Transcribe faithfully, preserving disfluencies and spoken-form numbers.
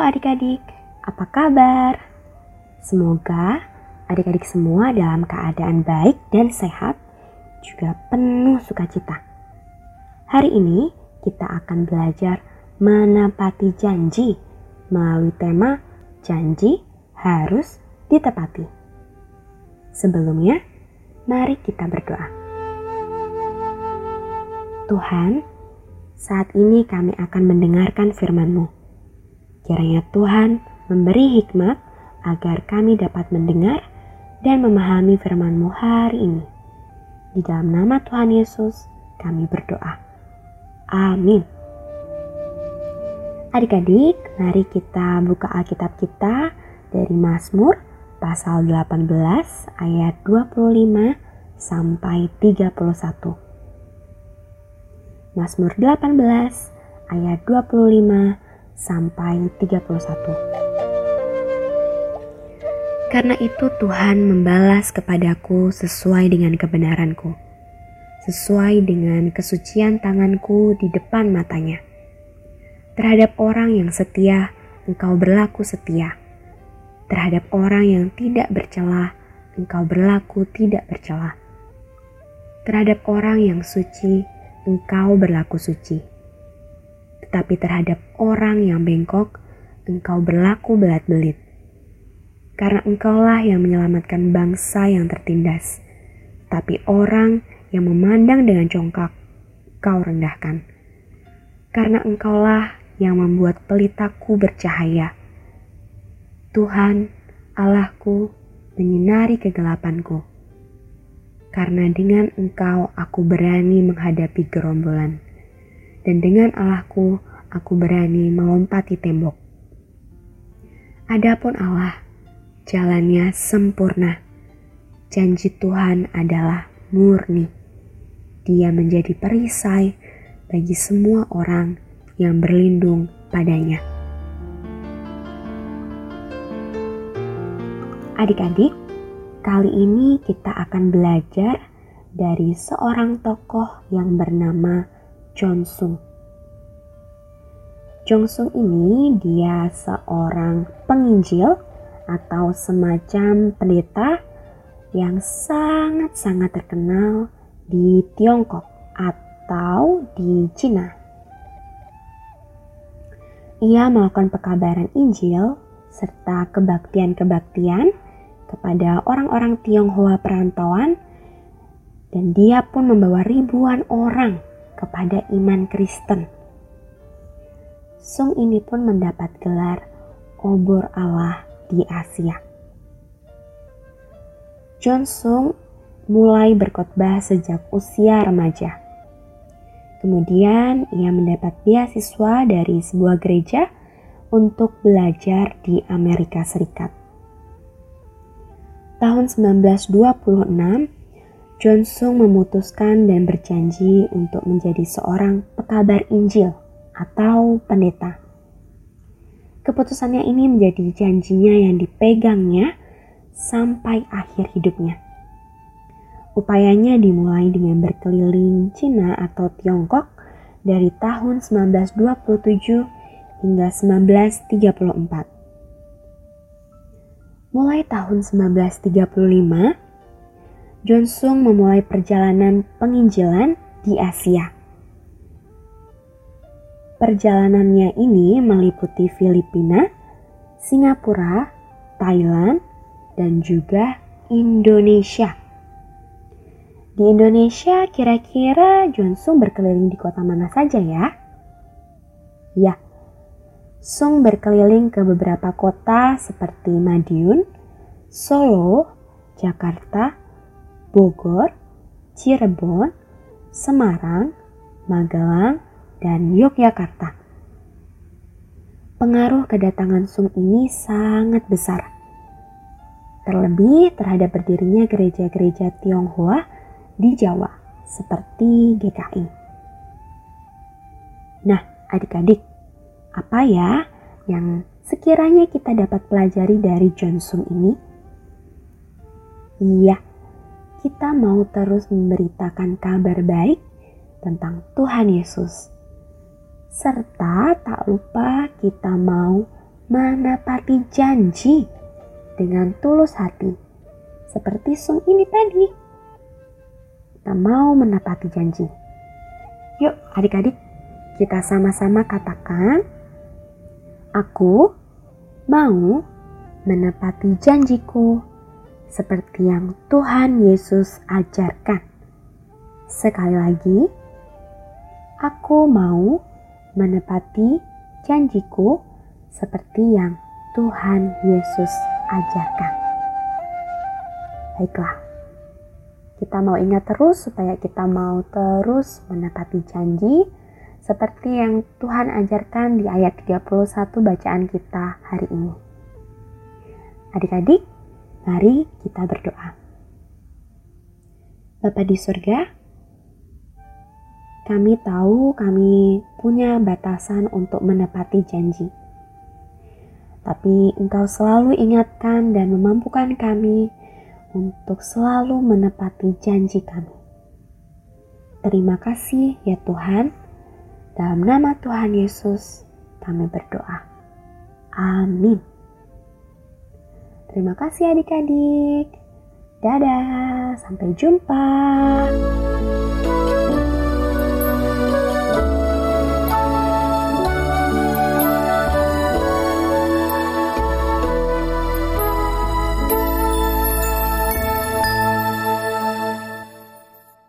adik-adik, apa kabar? Semoga adik-adik semua dalam keadaan baik dan sehat, juga penuh sukacita. Hari ini kita akan belajar menepati janji melalui tema janji harus ditepati. Sebelumnya, mari kita berdoa. Tuhan, saat ini kami akan mendengarkan firman-Mu. Kiranya Tuhan memberi hikmat agar kami dapat mendengar dan memahami firman-Mu hari ini. Di dalam nama Tuhan Yesus kami berdoa. Amin. Adik-adik, mari kita buka Alkitab kita dari Mazmur pasal delapan belas ayat dua puluh lima sampai tiga puluh satu. Mazmur delapan belas ayat dua puluh lima sampai tiga puluh satu. Karena itu Tuhan membalas kepadaku sesuai dengan kebenaranku, sesuai dengan kesucian tanganku di depan matanya. Terhadap orang yang setia, Engkau berlaku setia. Terhadap orang yang tidak bercela, Engkau berlaku tidak bercela. Terhadap orang yang suci, Engkau berlaku suci. Tetapi terhadap orang yang bengkok, Engkau berlaku belat-belit. Karena Engkaulah yang menyelamatkan bangsa yang tertindas, tapi orang yang memandang dengan congkak, Kau rendahkan. Karena Engkaulah yang membuat pelitaku bercahaya. Tuhan, Allahku, menyinari kegelapanku. Karena dengan Engkau aku berani menghadapi gerombolan. Dan dengan Allahku, aku berani melompati tembok. Adapun Allah, jalannya sempurna. Janji Tuhan adalah murni. Dia menjadi perisai bagi semua orang yang berlindung padanya. Adik-adik, kali ini kita akan belajar dari seorang tokoh yang bernama Jong-sung. Jong-sung ini dia seorang penginjil atau semacam pendeta yang sangat-sangat terkenal di Tiongkok atau di Cina. Ia melakukan pekabaran Injil serta kebaktian-kebaktian kepada orang-orang Tionghoa perantauan, dan dia pun membawa ribuan orang kepada iman Kristen. Sung ini pun mendapat gelar obor Allah di Asia. Jong-sung mulai berkhotbah sejak usia remaja. Kemudian ia mendapat beasiswa dari sebuah gereja untuk belajar di Amerika Serikat. Tahun sembilan belas dua puluh enam, Jong-sung memutuskan dan berjanji untuk menjadi seorang pekabar Injil atau pendeta. Keputusannya ini menjadi janjinya yang dipegangnya sampai akhir hidupnya. Upayanya dimulai dengan berkeliling Cina atau Tiongkok dari tahun sembilan belas dua puluh tujuh hingga sembilan belas tiga puluh empat. Mulai tahun sembilan belas tiga puluh lima, Jong-sung memulai perjalanan penginjilan di Asia. Perjalanannya ini meliputi Filipina, Singapura, Thailand, dan juga Indonesia. Di Indonesia kira-kira Jong-sung berkeliling di kota mana saja ya? Ya, Sung berkeliling ke beberapa kota seperti Madiun, Solo, Jakarta, Bogor, Cirebon, Semarang, Magelang, dan Yogyakarta. Pengaruh kedatangan Sung ini sangat besar. Terlebih terhadap berdirinya gereja-gereja Tionghoa di Jawa seperti G K I. Nah, adik-adik, apa ya yang sekiranya kita dapat pelajari dari Jong-sung ini? Iya, kita mau terus memberitakan kabar baik tentang Tuhan Yesus. Serta tak lupa kita mau menepati janji dengan tulus hati. Seperti Sung ini tadi. Kita mau menepati janji. Yuk adik-adik, kita sama-sama katakan, aku mau menepati janjiku seperti yang Tuhan Yesus ajarkan. Sekali lagi, aku mau menepati janjiku seperti yang Tuhan Yesus ajarkan. Baiklah, kita mau ingat terus supaya kita mau terus menepati janji seperti yang Tuhan ajarkan di ayat tiga puluh satu bacaan kita hari ini. Adik-adik, mari kita berdoa. Bapa di surga, kami tahu kami punya batasan untuk menepati janji. Tapi Engkau selalu ingatkan dan memampukan kami untuk selalu menepati janji kami. Terima kasih ya Tuhan. Dalam nama Tuhan Yesus kami berdoa. Amin. Terima kasih adik-adik. Dadah, sampai jumpa.